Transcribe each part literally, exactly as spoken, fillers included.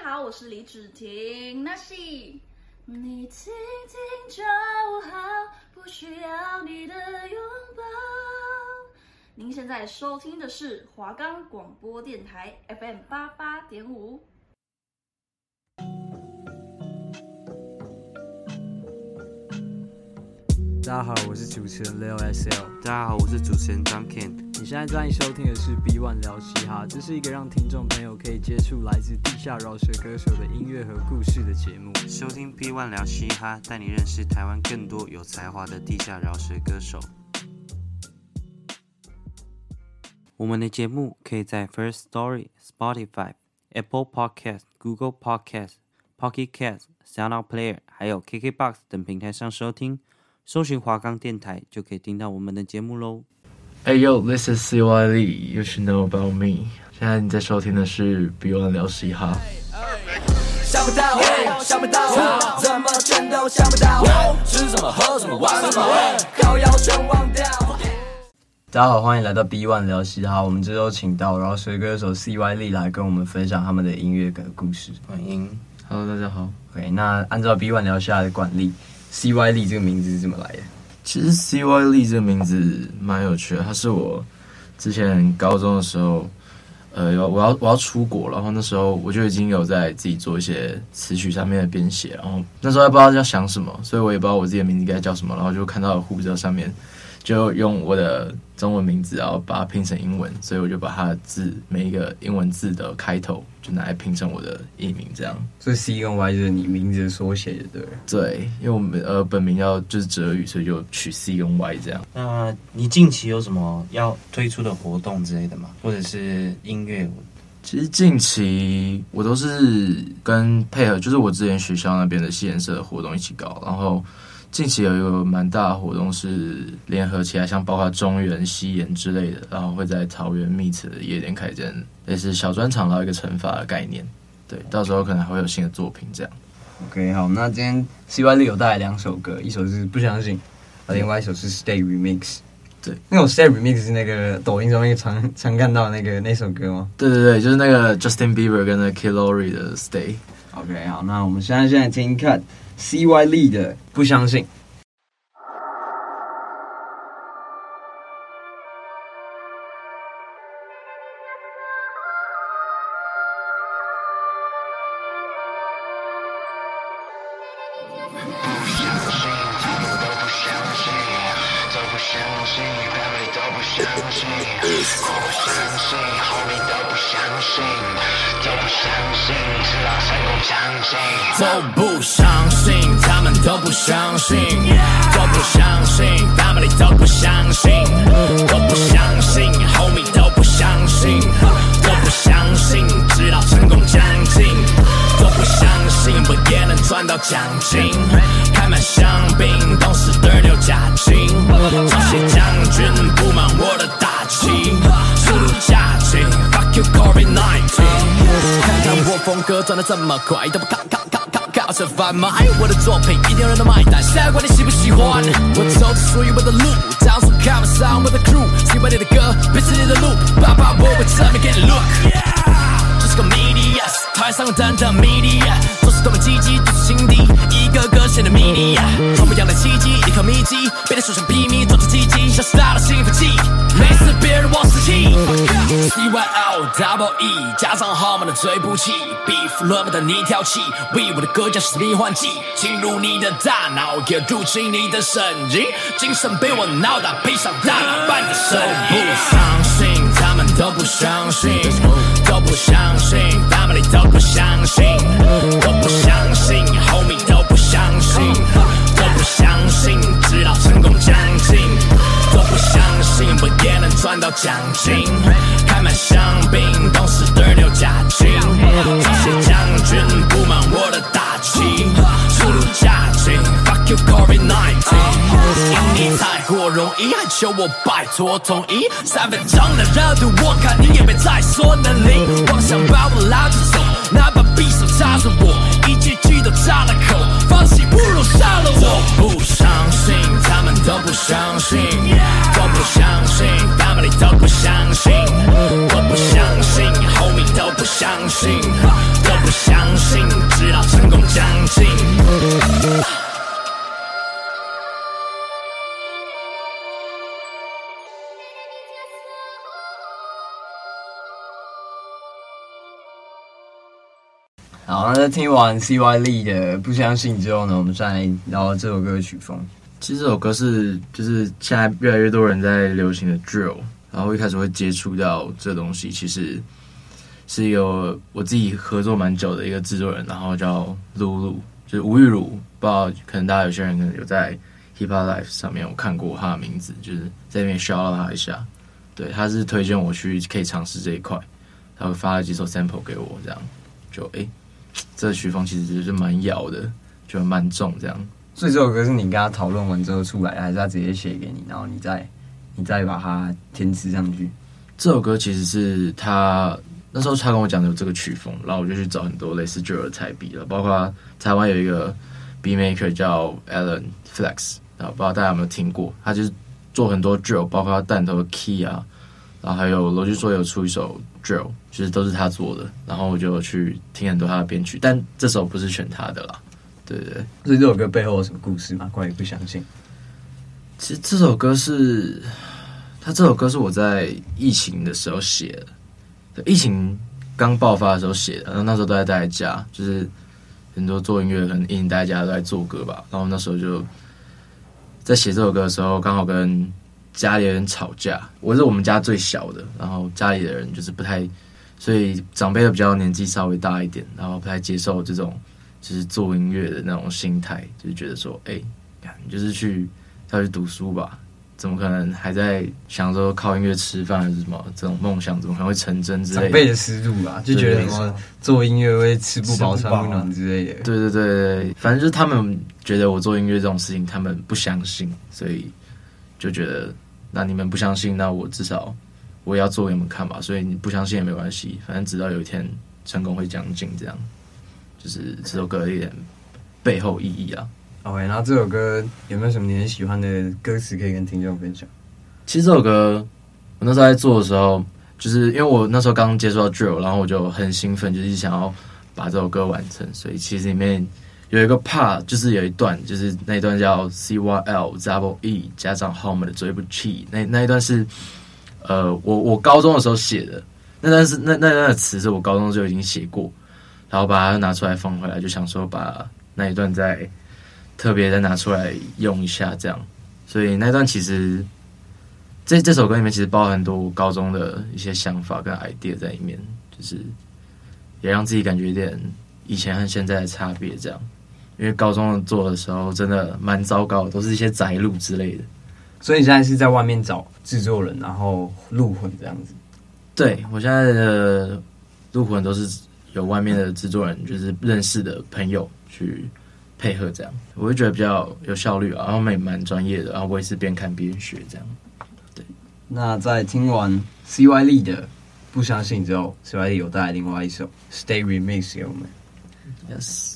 好，我是李芷婷，那是你听听就好，不需要你的拥抱。您现在收听的是华冈广播电台 F M 八八点五。 大家好，我是主持人 Leo S L。 大家好，我是主持人 Duncan。 你现在在收听的是 B 一 聊嘻哈，这是一个让听众朋友可以接触来自地下饶舌歌手的音乐和故事的节目。 收听 B 一 聊嘻哈，带你认识台湾更多有才华的地下饶舌歌手。我们的节目可以在 First Story、Spotify、Apple Podcast、Google Podcast、Pocket Cast、SoundOut Player 还有 K K B O X 等平台上收听。搜寻华冈电台就可以听到我们的节目喽。 Hey yo, this is C Y Lee. You should know about me. 现在你在收听的是 B 一 聊嘻哈。 想不到，想不到，怎么全都想不到？吃什么，喝什么，玩什么，靠腰全忘掉。 大家好，欢迎来到 B 一 聊嘻哈。我们这周请到饶舌歌手 C Y Lee 来跟我们分享他们的音乐跟故事。 欢迎 Hello， 大家好。 OK， 那按照 B 一 聊嘻哈的惯例。C Y Lee 这个名字是怎么来的？ 其实 C Y Lee 这个名字蛮有趣的，它是我之前高中的时候，呃，我要我要出国，然后那时候我就已经有在自己做一些词曲上面的编写，然后那时候还不知道要想什么，所以我也不知道我自己的名字该叫什么，然后就看到护照上面就用我的中文名字，然后把它拼成英文，所以我就把它的字每一个英文字的开头就拿来拼成我的艺名，这样。 所以 C 跟 Y 就是你名字的缩写，对不对？ 对，因为我们呃本名要就是哲宇，所以就取 C 跟 Y 这样。 那你近期有什么要推出的活动之类的吗？或者是音乐？ 其实近期我都是跟配合，就是我之前学校那边的戏研社的活动一起搞，然后。近期有一个蛮大的活动是联合起来，像包括中原、西研之类的，然后会在桃园密此的夜店开间，类似小专场，然后一个惩罚的概念。对，到时候可能还会有新的作品这样。 OK， 好，那今天 C Y Lee 有带来两首歌，一首是不相信，另外一首是 Stay Remix。对，那种 Stay Remix 是那个抖音上面常常看到那个那首歌吗？ 对对对，就是那个 Justin Bieber 跟那 Kid Laroi 的 Stay。OK， 好，那我们现在现在听看 C Y Lee 的不相信。 都不相信，他们都不相信，都不相信 ，family 都不相信，都不相信 ，homie 都不相信，都不相信，直到成功将近，都不相信我也能赚到奖金，开满香槟，都是得六假金，这些将军布满我的大旗，速度加紧 ，fuck you COVID 十九，看看我风格转得这么快，都不靠靠靠靠靠着贩卖我的作品，一定有人能买单，谁管你喜不喜欢？我走着属于我的路，当初看不上我的 crew，C Y Lee 的歌变成你的路，爸爸我会侧面给你 look。这是个谜底，台上等的谜底，都是多么积极，都是心底一个个显得迷离，从不一样的奇迹，一颗秘籍，别的手上披靡，做着积极，像是大的兴奋剂，每次别人往死气 ，C Y L double E 加上号码的嘴不气 ，Beef 轮不得你挑起 ，We 我的歌将是迷幻剂，进入你的大脑，也入侵你的神经，精神被我脑袋配上大脑般的声音，不相信，他们都不相信，都不相信 ，family 都不相信，都不相信 ，homie 都不相信，都不相信，直到成功将近，都不相信我也能赚到奖金，开满香槟，都是得六假金，这些将军布满我的大旗，速度加紧 ，fuck you COVID 十九，因你太过容易，还求我拜托同意，三分钟的热度，我看你也别再说能力，妄想把我拉着走，哪怕匕首插着我，一句句都插了口，放弃不如杀了我，不相信，他们都不相信，都不相信 ，family 都不相信，都不相信 ，homie 都不相信，都不不相信，直到成功将近。 好，那在听完 C Y Lee 的《不相信》之后呢，我们再来聊这首歌的曲风。 其实这首歌是就是现在越来越多人在流行的 drill， 然后一开始会接触到这东西，其实是一个我自己合作蛮久的一个制作人，然后叫露露，就是吴玉茹，不知道可能大家有些人可能有在 Hip Hop Life 上面有看过他的名字，就是在那边 shout out 他一下。对，他是推荐我去可以尝试这一块，他会发了几首 sample 给我，这样就哎。欸这个曲风其实就是蛮摇的，就蛮重这样。 所以这首歌是你跟他讨论完之后出来，还是他直接写给你，然后你再你再把它填词上去？ 这首歌其实是他那时候他跟我讲有这个曲风，然后我就去找很多类似 drill 的彩笔了，包括台湾有一个 beat maker 叫 Alan Flex， 然后不知道大家有没有听过，他就是做很多 drill， 包括弹头的 key 啊，然后还有罗据说有出一首 drill， 就是都是他做的，然后我就去听很多他的编曲，但这首不是全他的啦，对对对。 所以这首歌背后有什么故事吗？关于不相信？ 其实这首歌是，他这首歌是我在疫情的时候写的，疫情刚爆发的时候写的，然后那时候都在待在家，就是很多做音乐可能一直待在家都在做歌吧，然后那时候就在写这首歌的时候，刚好跟家里人吵架，我是我们家最小的，然后家里的人就是不太，所以长辈都比较年纪稍微大一点，然后不太接受这种就是做音乐的那种心态，就是觉得说，哎、欸，你就是去要去读书吧，怎么可能还在想说靠音乐吃饭还是什么这种梦想，怎么可能会成真之类的？ 长辈的思路吧，就觉得什么做音乐会吃不饱穿不暖之类的。 对对对对，反正就是他们觉得我做音乐这种事情，他们不相信，所以就觉得。那你们不相信，那我至少我也要做给你们看吧。所以你不相信也没关系，反正直到有一天成功会将近，这样就是这首歌的一点背后意义啊。 OK， 然后这首歌有没有什么你很喜欢的歌词可以跟听众分享？ 其实这首歌我那时候在做的时候，就是因为我那时候刚接触到 drill， 然后我就很兴奋，就是想要把这首歌完成，所以其实里面。有一个 part 就是有一段，就是那一段叫 C Y L double E 加上后面的追不起，那那一段是呃我我高中的时候写的，那段是那那段的词是我高中就已经写过，然后把它拿出来放回来，就想说把那一段再特别再拿出来用一下这样，所以那段其实这这首歌里面其实包含很多我高中的一些想法跟 idea 在里面，就是也让自己感觉一点以前和现在的差别这样。因为高中做的时候真的蛮糟糕的，都是一些宅录之类的。 所以你现在是在外面找制作人，然后录混这样子？ 对，我现在的录混都是有外面的制作人，就是认识的朋友去配合这样，我会觉得比较有效率啊，然后他们也蛮专业的，然后我也是边看边学这样。对， 那在听完 C Y Lee 的《不相信》之后 ，C Y Lee 有带来另外一首《Stay Remix》给我们。 Yes。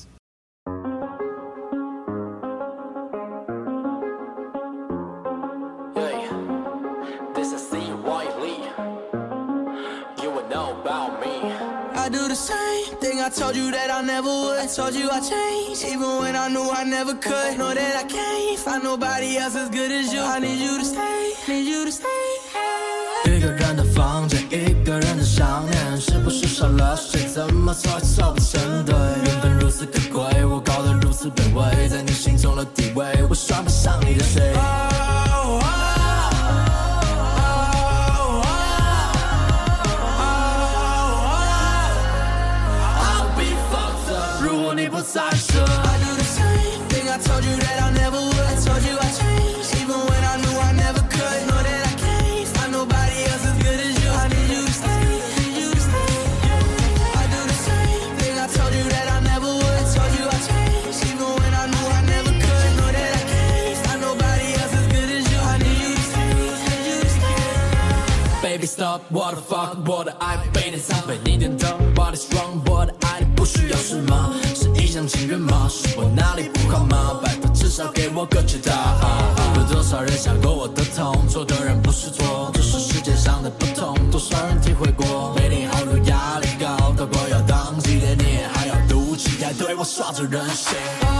I told you that I never would. I told you I changed, even when I knew I never could. Know that I can't find nobody else as good as you. I need you to stay, need you to stay. 一个人的房间，一个人的想念，是不是少了谁？怎么凑也凑不成对？原本如此可贵，我搞得如此卑微，在你心中的地位，我算不上你的谁。I do the same thing. I told you that I never would. I told you I changed, even when I knew I never could. Know that I can't find nobody else as good as you. I need you to stay, need you to stay. I do the same thing. I told you that I never would. I told you I changed, even when I knew I never could. Know that I can't find nobody else as good as you. I need you to stay, need you to stay. Baby stop, what the fuck? 我的爱被你藏，被你点灯 ，Body strong， 我的爱你不需要是吗？一厢情愿吗？是我哪里不好吗？拜托，至少给我个解答案。有多少人想过我的痛？错的人不是错，只是世界上的不同。多少人体会过？每天好多压力高，到快要当机的你，还要我耍着人性。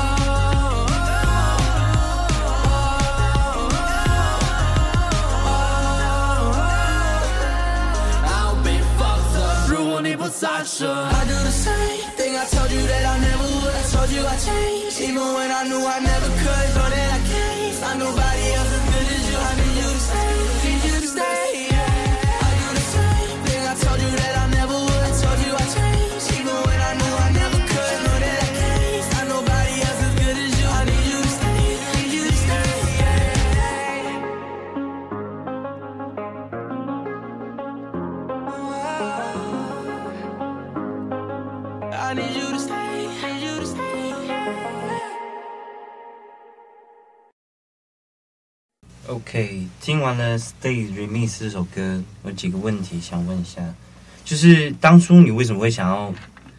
你不在这 I do the same thing I told you that I never would. I told you I changed, even when I knew I never could. Know that I can't find nobody else as good as you. I need you to stay, need you to stay. Yeah. I do the same thing I told you that I never would. I told you I changed, even when I knew I never could. Know that I can't find nobody else as good as you. I need you to stay, need you to stay. I need you to stay, need you to stay. OK， 听完了《Stay Remix》这首歌，有几个问题想问一下，就是当初你为什么会想要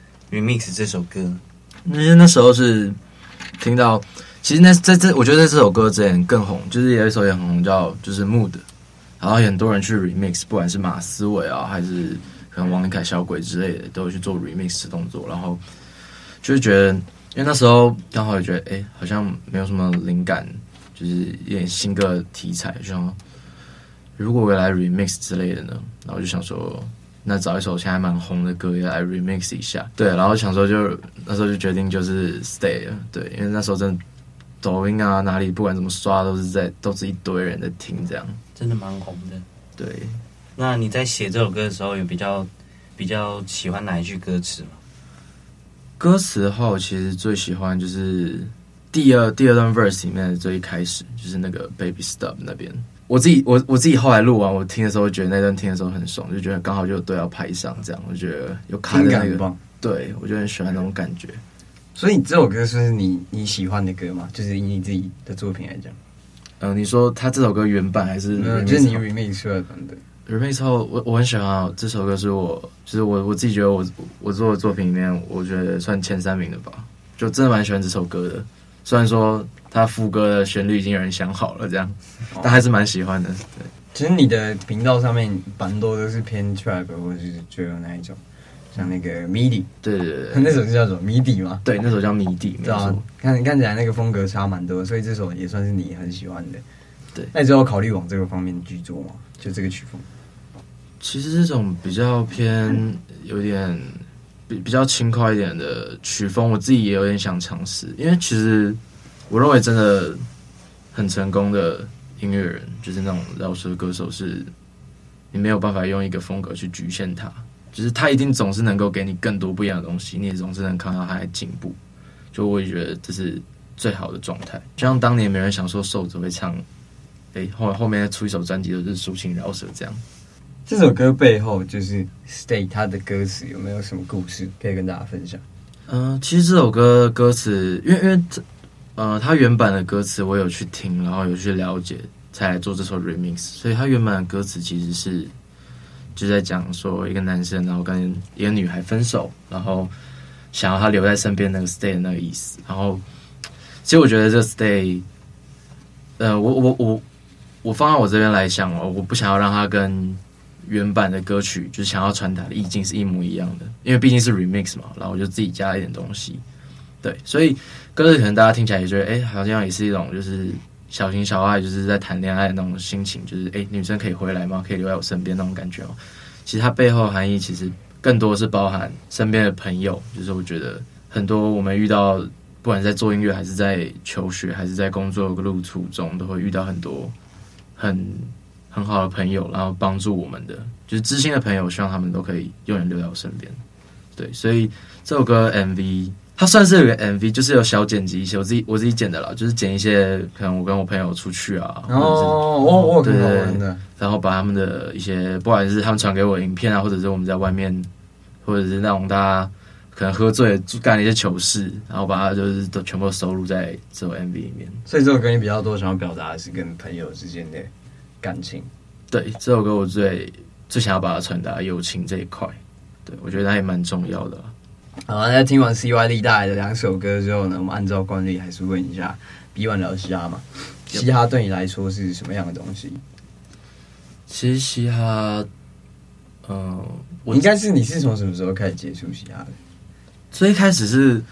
remix 这首歌？ 因为那时候是听到，其实那在这，我觉得在这首歌之前更红，就是有一首也很红，叫就是《Mood》，然后很多人去 remix， 不管是马思唯啊，还是可能王力凯、小鬼之类的，都会去做 remix 的动作，然后就是觉得，因为那时候刚好也觉得，哎、欸，好像没有什么灵感，就是有点新歌的题材，就想如果我来 remix 之类的呢，然后我就想说，那找一首现在蛮红的歌也来 remix 一下，对，然后想说就那时候就决定就是 Stay 了，对，因为那时候真的抖音啊哪里不管怎么刷都是在都是一堆人在听这样， 真的蛮红的， 对。 那你在写这首歌的时候，有比较比较喜欢哪一句歌词吗？ 歌词的话，我其实最喜欢就是第二第二段 verse 里面的最一开始，就是那个 Baby Stop 那边。我自己我我自己后来录完，我听的时候觉得那段听的时候很爽，就觉得刚好就对要拍上这样，我觉得有卡在那个，对我就很喜欢那种感觉。 所以这首歌是你你喜欢的歌吗？就是以你自己的作品来讲， 嗯，你说他这首歌原版还是？ 就是你 remix 出来的版本。 remix 后，我我很喜欢啊，这首歌是我，就是我我自己觉得我我做的作品里面，我觉得算前三名的吧，就真的蛮喜欢这首歌的。虽然说它副歌的旋律已经有人想好了，这样，哦、但还是蛮喜欢的。对， 其实你的频道上面蛮多都是偏 trap 或者是 drill 那一种，像那个 midi， 对对对， 那首是叫什么 midi 吗？ 对，那首叫 midi， 没错。 看看起来那个风格差蛮多，所以这首也算是你很喜欢的。 对， 那你之后考虑往这个方面去做吗？就这个曲风？ 其实这种比较偏有点比比较轻快一点的曲风，我自己也有点想尝试，因为其实我认为真的很成功的音乐人，就是那种饶舌歌手，是你没有办法用一个风格去局限他，就是他一定总是能够给你更多不一样的东西，你也总是能看到他在进步。就我也觉得这是最好的状态。就像当年没人想说瘦子会唱，哎、欸，后后面出一首专辑都是抒情饶舌这样。 这首歌背后就是 Stay 它的歌词有没有什么故事可以跟大家分享？ 嗯、呃，其实这首歌歌词，因为因为呃，它原版的歌词我有去听，然后有去了解，才来做这首 remix。所以它原版的歌词其实是就在讲说一个男生，然后跟一个女孩分手，然后想要他留在身边那个 stay 的那个意思。然后其实我觉得这 stay， 呃，我我我我放到我这边来想哦，我不想要让它跟原版的歌曲就是想要传达的意境是一模一样的，因为毕竟是 remix 嘛，然后我就自己加了一点东西，对，所以歌词可能大家听起来也觉得，哎、欸，好像也是一种就是小情小爱，就是在谈恋爱的那种心情，就是哎、欸，女生可以回来吗？可以留在我身边那种感觉哦。其实它背后含义其实更多是包含身边的朋友，就是我觉得很多我们遇到，不管是在做音乐，还是在求学，还是在工作的路途中，都会遇到很多很。很好的朋友，然后帮助我们的，就是知心的朋友，希望他们都可以永远留在我身边。对，所以这首歌 M V 它算是有个 M V， 就是有小剪辑一些，我自己我自己剪的啦，就是剪一些可能我跟我朋友出去啊， 哦，我我有看到玩的， 然后把他们的一些，不管是他们传给我的影片啊，或者是我们在外面，或者是那种大家可能喝醉干了一些糗事，然后把它就是都全部收录在这首 M V 里面。 所以这首歌你比较多想要表达的是跟朋友之间的感情。 对，这首歌我最最想要把它传达友情这一块，对我觉得它也蛮重要的。 好，那听完 C Y 力带来的两首歌之后呢，我们按照惯例还是问一下 B 一 聊嘻哈嘛，嘻哈对你来说是什么样的东西？ 其实嘻哈，嗯、呃， 应该是你是从什么时候开始接触嘻哈的？ 最一开始是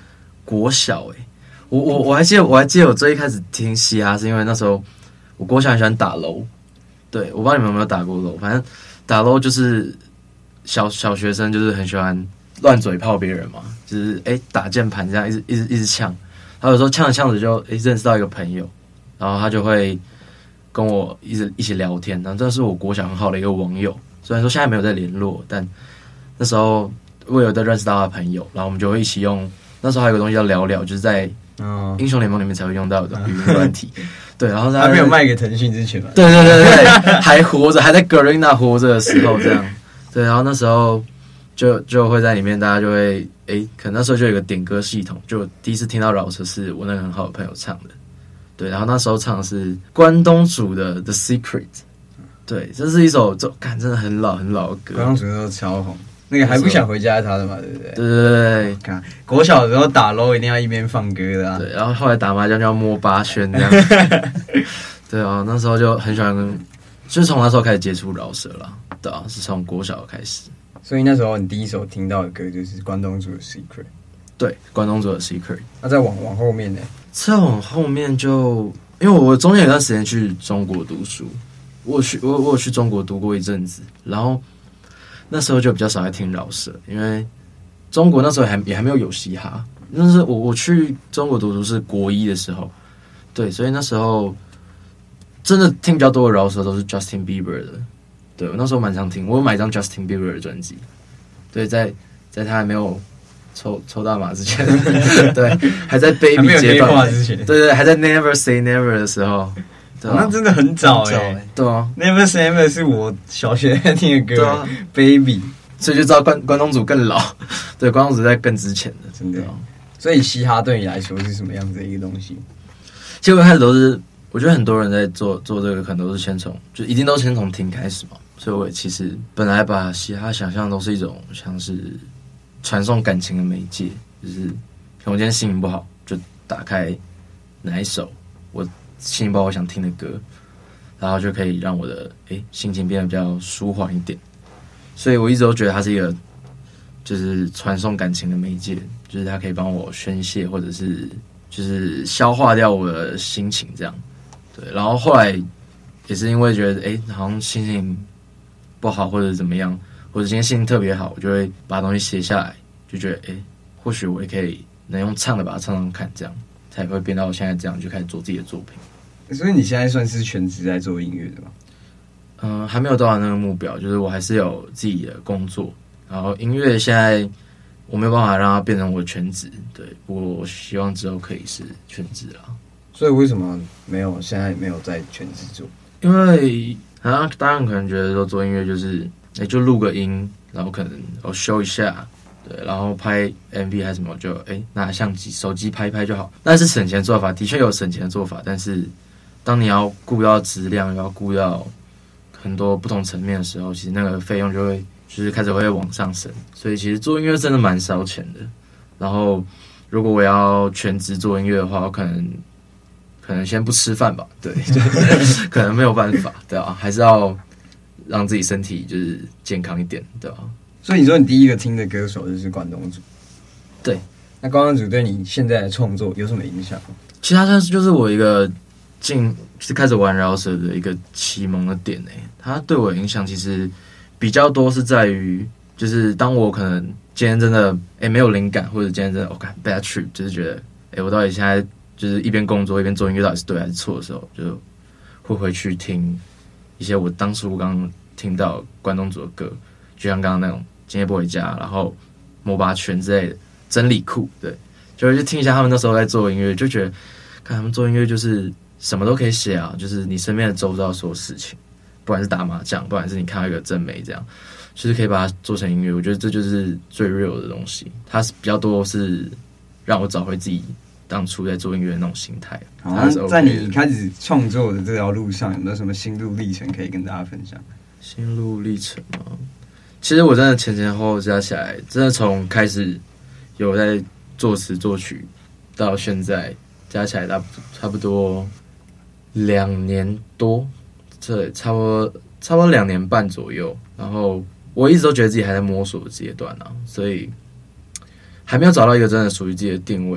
国小哎、欸，我我我还记得我还记得我最一开始听嘻哈是因为那时候我国小很喜欢打楼，对，我不知道你们有没有打过楼，反正打楼就是小小学生就是很喜欢乱嘴炮别人嘛，就是哎、欸、打键盘这样一直一直一直呛，他有时候呛着呛着就哎、欸、认识到一个朋友，然后他就会跟我一直一起聊天，然后这是我国小很好的一个网友，虽然说现在没有在联络，但那时候我有在认识到他的朋友，然后我们就会一起用，那时候还有个东西叫聊聊，就是在英雄联盟里面才会用到的语音软体，对，然后他还没有卖给腾讯之前嘛， 对对对对，还活着，还在 Garena 活着的时候这样，对，然后那时候就就会在里面，大家就会诶，可能那时候就有一个点歌系统，就第一次听到饶舌是我那个很好的朋友唱的，对，然后那时候唱的是关东煮的 The Secret， 对，这是一首就看真的很老很老的歌， 关东煮那时候超红。那个还不想回家他的嘛，对不对？ 对对对对， 看国小的时候打 L O 一定要一边放歌的啊。 对，然后后来打麻将就要摸八圈这样。对啊，那时候就很喜欢跟，就是从那时候开始接触饶舌了，对啊，是从国小开始。 所以那时候你第一首听到的歌就是关东煮的 Secret。 对，关东煮的 Secret。 那、啊、再往往后面呢？ 再往后面就，因为我中间有段时间去中国读书，我有去我我有去中国读过一阵子，然后。那时候就比较少在听饶舌，因为中国那时候还也还没有有嘻哈。那是我我去中国读书是国一的时候，对，所以那时候真的听比较多的饶舌都是 Justin Bieber 的。对，我那时候蛮常听，我有买一张 Justin Bieber 的专辑。对，在在他还没有抽抽大麻之前，对，还在 Baby 阶段之前， 对对，还在 Never Say Never 的时候。 对啊、那真的很早哎、欸， 对啊 ，Never Say Never 是我小学在听的歌， 对啊 ，Baby， 所以就知道关关东煮更老，对，关东煮在更之前的， 真的。所以嘻哈对你来说是什么样子的一个东西？ 其实我一开始都是，我觉得很多人在做做这个，可能都是先从，就一定都先从听开始嘛。所以我其实本来把嘻哈想象都是一种像是传送感情的媒介，就是我今天心情不好，就打开哪一首我。心情不好我想听的歌，然后就可以让我的诶心情变得比较舒缓一点，所以我一直都觉得它是一个就是传送感情的媒介，就是它可以帮我宣泄或者是就是消化掉我的心情这样。对，然后后来也是因为觉得诶好像心情不好或者怎么样，或者今天心情特别好，我就会把东西写下来，就觉得诶或许我也可以能用唱的把它唱唱看，这样才会变到现在这样，就开始做自己的作品。 所以你现在算是全职在做音乐的吗？ 嗯、呃，还没有到达那个目标，就是我还是有自己的工作，然后音乐现在我没有辦法让它变成我的全职，对，不过我希望之后可以是全职啦。 所以为什么没有现在没有在全职做？ 因为好像大家可能觉得说做音乐就是哎、欸、就录个音，然后可能我修一下。对，然后拍 M V 还是什么，就哎拿相机、手机拍一拍就好。那是省钱的做法，的确有省钱的做法，但是当你要顾到质量，要顾到很多不同层面的时候，其实那个费用就会就是开始会往上升。所以其实做音乐真的蛮烧钱的。然后如果我要全职做音乐的话，我可能可能先不吃饭吧，对，可能没有办法，对啊，还是要让自己身体就是健康一点，对啊。 所以你说你第一个听的歌手就是关东煮， 对， 那关东煮对你现在的创作有什么影响？ 其实它算是就是我一个进就是开始玩饶舌的一个启蒙的点诶、欸，它对我的影响其实比较多是在于，就是当我可能今天真的诶、欸、没有灵感，或者今天真的我看、oh, bad trip， 就是觉得诶、欸、我到底现在就是一边工作一边做音乐到底是对还是错的时候，就会回去听一些我当初刚听到关东煮的歌。就像刚刚那种今夜不回家，然后摸八圈之类的真理库，对，就会去听一下他们那时候在做音乐，就觉得看他们做音乐就是什么都可以写啊，就是你身边的周遭所有事情，不管是打麻将，不管是你看到一个正妹这样，就是可以把它做成音乐。我觉得这就是最 real 的东西，它是比较多是让我找回自己当初在做音乐的那种心态。 好，那在你开始创作的这条路上，有没有什么心路历程可以跟大家分享？ 心路历程吗？其实我真的前前后后加起来，真的从开始有在作词作曲到现在，加起来差差不多两年多，这差不多差不多两年半左右。然后我一直都觉得自己还在摸索的阶段啊，所以还没有找到一个真的属于自己的定位。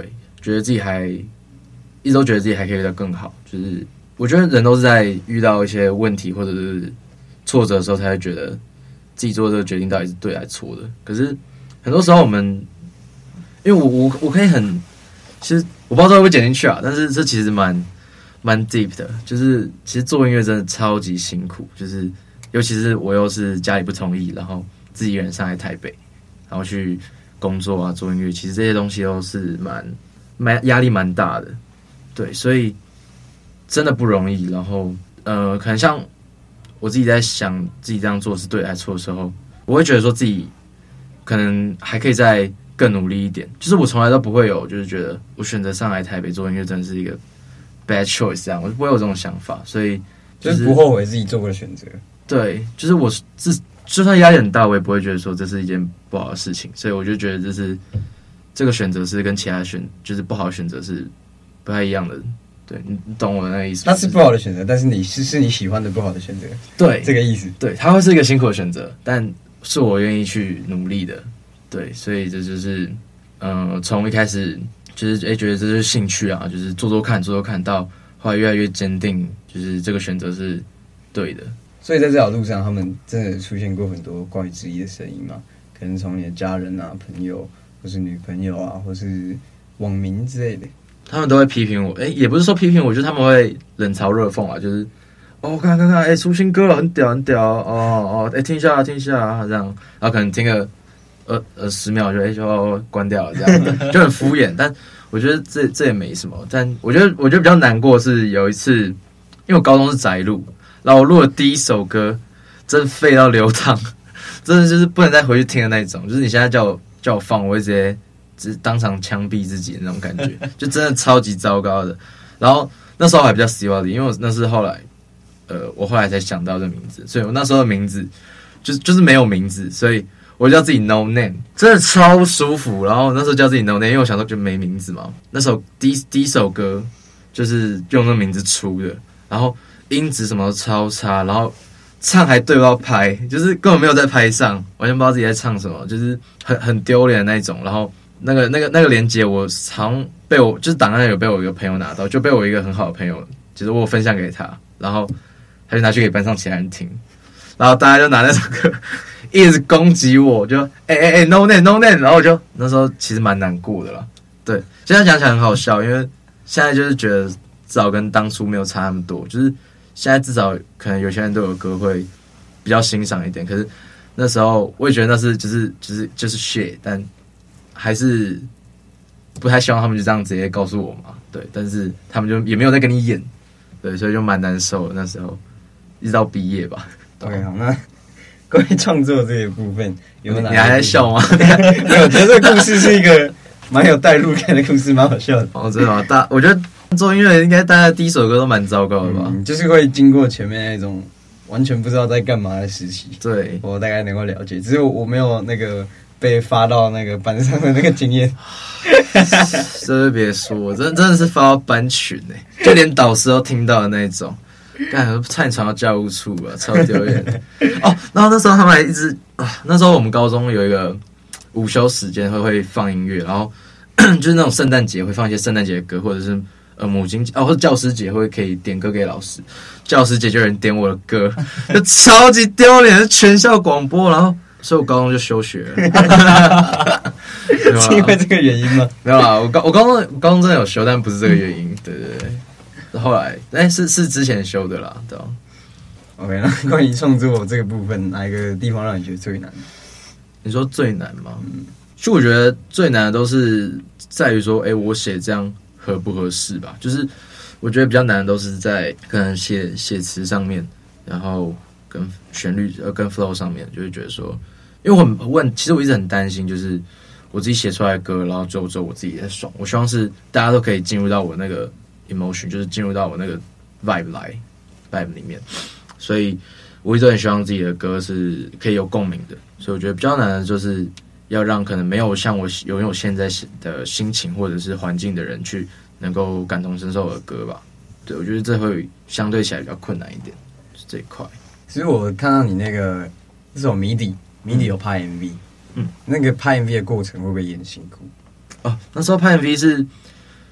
觉得自己还一直都觉得自己还可以再更好。就是我觉得人都是在遇到一些问题或者是挫折的时候，才会觉得自己做这个决定到底是对还是错的。可是很多时候我们，因为我我我可以很，其实我不知道这会不会剪进去啊，但是这其实蛮蛮 deep 的。就是其实做音乐真的超级辛苦，就是尤其是我又是家里不同意，然后自己一个人上来台北，然后去工作啊做音乐，其实这些东西都是蛮蛮压力蛮大的。对，所以真的不容易。然后呃，可能像我自己在想自己这样做是对还是错的时候，我会觉得说自己可能还可以再更努力一点。就是我从来都不会有，就是觉得我选择上来台北做音乐真的是一个 bad choice， 这样我就不会有这种想法，所以就是、就是不后悔自己做过的选择。 对，就是我自就算压力很大，我也不会觉得说这是一件不好的事情。所以我就觉得这是这个选择是跟其他选就是不好的选择是不太一样的。对，你懂我的那个意思吗？ 它是不好的选择，但是你是是你喜欢的不好的选择。 对， 这个意思。 对，它会是一个辛苦的选择，但是我愿意去努力的。对，所以这就是嗯，从一开始就是哎觉得这是兴趣啊，就是做做看，做做看到后来越来越坚定，就是这个选择是对的。 所以在这条路上，他们真的出现过很多关于质疑的声音嘛？可能从你的家人啊、朋友，或是女朋友啊，或是网民之类的。 他们都会批评我，哎、欸，也不是说批评我，就是他们会冷嘲热讽啊，就是哦，看看看，哎、欸，出新歌了，很屌，很屌，哦哦，哎、欸，听一下，听一下啊，这样，然后可能听个呃呃十秒就哎、欸、就、哦、关掉了，这样就很敷衍。但我觉得这这也没什么，但我觉得我觉得比较难过是有一次，因为我高中是宅录，然后我录的第一首歌，真的废到流淌，真的就是不能再回去听的那种，就是你现在叫我叫我放，我会直接。只当场枪毙自己的那种感觉，就真的超级糟糕的。然后那时候还比较希望的，因为我那是后来，呃，我后来才想到这名字，所以我那时候的名字就是就是没有名字，所以我叫自己 No Name， 真的超舒服。然后那时候叫自己 No Name， 因为我想说就没名字嘛。那首第一第一首歌就是用那名字出的，然后音质什么都超差，然后唱还对不到拍，就是根本没有在拍上，完全不知道自己在唱什么，就是很很丢脸的那种。然后。那个、那个、那个连结，我常被我就是档案有被我一个朋友拿到，就被我一个很好的朋友，就是我分享给他，然后他就拿去给班上其他人听，然后大家就拿那首歌一直攻击我，就哎哎哎 no name no name， 然后我就那时候其实蛮难过的啦。对，现在讲起来很好笑，因为现在就是觉得至少跟当初没有差那么多，就是现在至少可能有些人对我的歌会比较欣赏一点，可是那时候我也觉得那是就是就是就是 shit， 但。还是不太希望他们就这样直接告诉我嘛，对，但是他们就也没有在跟你演，对，所以就蛮难受的那时候，一直到毕业吧。 OK， 好，那关于创作这个部分，有哪？ 你还在笑吗？ 没有，我觉得这个故事是一个蛮有代入感的故事，蛮好笑的。 哦，真的吗？大，我觉得做音乐应该大家第一首歌都蛮糟糕的吧、 嗯，就是会经过前面那种完全不知道在干嘛的时期， 对， 我大概能够了解，只是我没有那个。被发到那个班上的那个经验， 这别说，真的真的是发到班群哎、欸，就连导师都听到的那种，干差点传到教务处啊，超丢脸的哦。然后那时候他们还一直啊，那时候我们高中有一个午休时间会会放音乐，然后就是那种圣诞节会放一些圣诞节的歌，或者是呃母亲节哦，或者教师节会可以点歌给老师，教师节就有人点我的歌，就超级丢脸，是全校广播，然后。所以我高中就休学了， 是因为这个原因吗？ 没有啦，我高我高中我高中真的有修，但不是这个原因。对对对，后来哎是是之前修的啦，对吧 ？OK， 那关于创作这个部分，哪一个地方让你觉得最难？ 你说最难吗？嗯，其实我觉得最难的都是在于说，哎，我写这样合不合适吧？就是我觉得比较难的都是在可能写写词上面，然后跟旋律呃跟 flow 上面，就会觉得说。因为我很问，其实我一直很担心，就是我自己写出来的歌，然后最后之后我自己在爽。我希望是大家都可以进入到我那个 emotion， 就是进入到我那个 vibe 来 vibe 里面。所以我一直很希望自己的歌是可以有共鸣的。所以我觉得比较难的就是要让可能没有像我拥有现在的心情或者是环境的人去能够感同身受的歌吧。对，我觉得这会相对起来比较困难一点，就是这一块。 其实我看到你那个这首迷底。迷底有拍 M V， 嗯，那个拍 M V 的过程会不会也很辛苦？ 哦，那时候拍 M V 是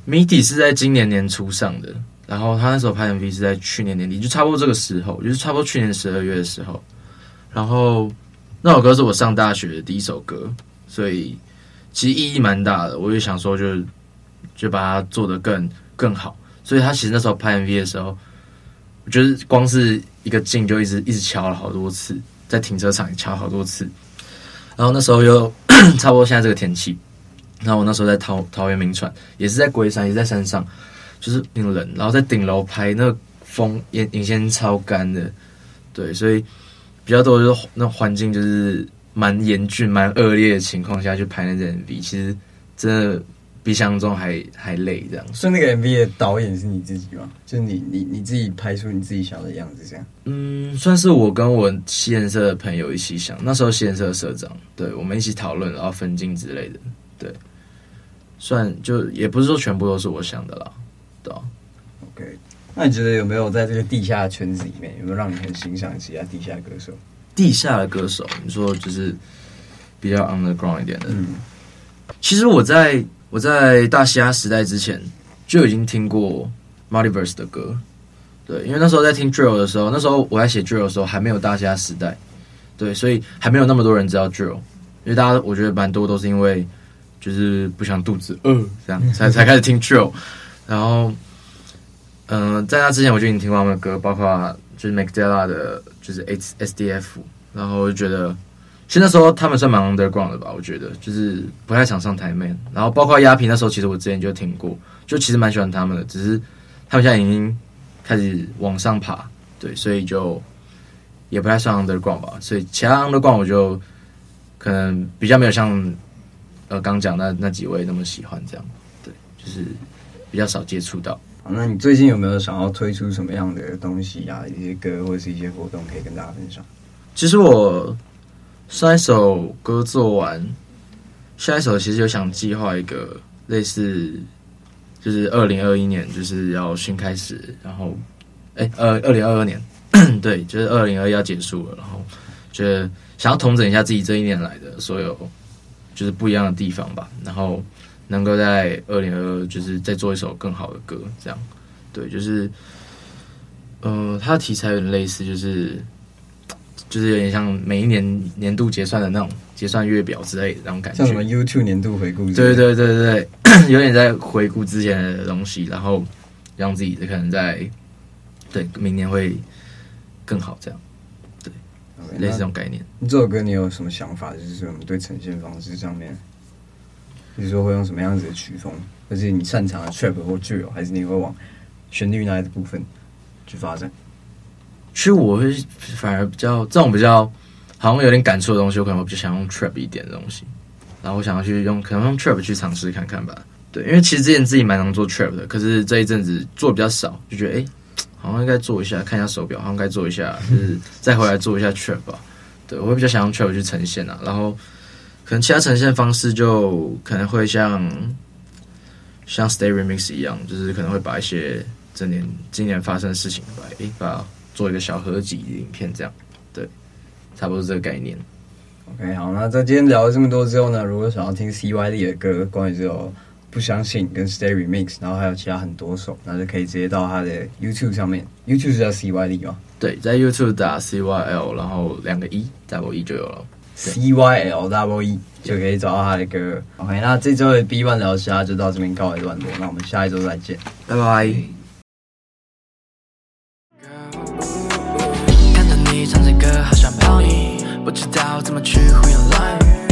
Midi 是在今年年初上的，然后他那时候拍 M V 是在去年年底，就差不多这个时候，就是差不多去年十二月的时候。然后那首歌是我上大学的第一首歌，所以其实意义蛮大的。我就想说就，就就把它做得更更好。所以他其实那时候拍 M V 的时候，我觉得光是一个镜就一直一直敲了好多次，在停车场也敲好多次。然后那时候又差不多现在这个天气。然后我那时候在桃桃园铭传，也是在龟山，也是在山上，就是挺冷。然后在顶楼拍，那个风影影线超干的，对，所以比较多就是那环境就是蛮严峻、蛮恶劣的情况下去拍那支 M V， 其实真的比想象中还还累这样。 所以那个 M V 的导演是你自己吗？就是你你你自己拍出你自己想的样子这样？ 嗯，算是我跟我西研社的朋友一起想，那时候西研社的社长，对我们一起讨论，然后分镜之类的，对。算就也不是说全部都是我想的啦，对啊。 OK， 那你觉得有没有在这个地下圈子里面，有没有让你很欣赏其他地下歌手？ 地下的歌手，你说就是比较 underground 一点的。嗯，其实我在我在大嘻哈时代之前就已经听过 Multiverse 的歌，对，因为那时候在听 drill 的时候，那时候我在写 drill 的时候还没有大嘻哈时代，对，所以还没有那么多人知道 drill， 因为大家我觉得蛮多都是因为。就是不想肚子饿，这样才才开始听 drill， 然后，嗯、呃，在那之前我就已经听过他们的歌，包括就是 Macdella 的，就是 S D F， 然后我就觉得，其实那时候他们算蛮 underground 的吧，我觉得就是不太常上台面，然后包括鸦皮那时候其实我之前就听过，就其实蛮喜欢他们的，只是他们现在已经开始往上爬，对，所以就也不太算 underground 吧，所以其他 underground 我就可能比较没有像。呃，刚讲那那几位那么喜欢这样，对，就是比较少接触到。 好，那你最近有没有想要推出什么样的东西啊？一些歌或者是一些活动可以跟大家分享？ 其实我上一首歌做完，下一首其实有想计划一个类似，就是二零二一年就是要新开始，然后，哎、欸，呃，二零二二年，对，就是二零二一要结束了，然后就是想要统整一下自己这一年来的所有。就是不一样的地方吧，然后能够在二零二二就是再做一首更好的歌，这样，对，就是，呃，它的题材有点类似，就是就是有点像每一年年度结算的那种结算月表之类的那种感觉， 像什么 YouTube 年度回顾， 对对对对对，有点在回顾之前的东西，然后让自己可能在对明年会更好，这样。类似这种概念。 你这首歌你有什么想法？就是说我们对呈现方式上面，比如说会用什么样子的曲风，或是你擅长的 trap 或 drill， 还是你会往旋律那一部分去发展？ 其实我会反而比较这种比较好像有点感触的东西，我可能会比较想用 trap 一点的东西，然后我想要去用可能用 trap 去尝试看看吧。对，因为其实之前自己蛮能做 trap 的，可是这一阵子做比较少，就觉得哎。欸好像应该做一下，看一下手表，好像该做一下，就是再回来做一下 trap 吧。对，我会比较想用 trap 去呈现啊，然后可能其他呈现方式就可能会像像 Stay Remix 一样，就是可能会把一些这年今年发生的事情，把诶把做一个小合集影片这样，对，差不多是这个概念。 OK， 好，那在今天聊了这么多之后呢，如果想要听 C Y Lee 的歌，关于这种。不相信跟 Stay Remix， 然后还有其他很多首，那就可以直接到他的 YouTube 上面 ，YouTube 是叫 C Y Lee 吗？ 对，在 YouTube 打 C Y L， 然后两个 E double E 就有了 ，C Y L double E 就可以找到他的歌。OK， 那这周的 B One 聊虾就到这边告一段落，那我们下一周再见， 拜拜。 看着你唱着歌，好想抱你，不知道怎么去胡言乱语。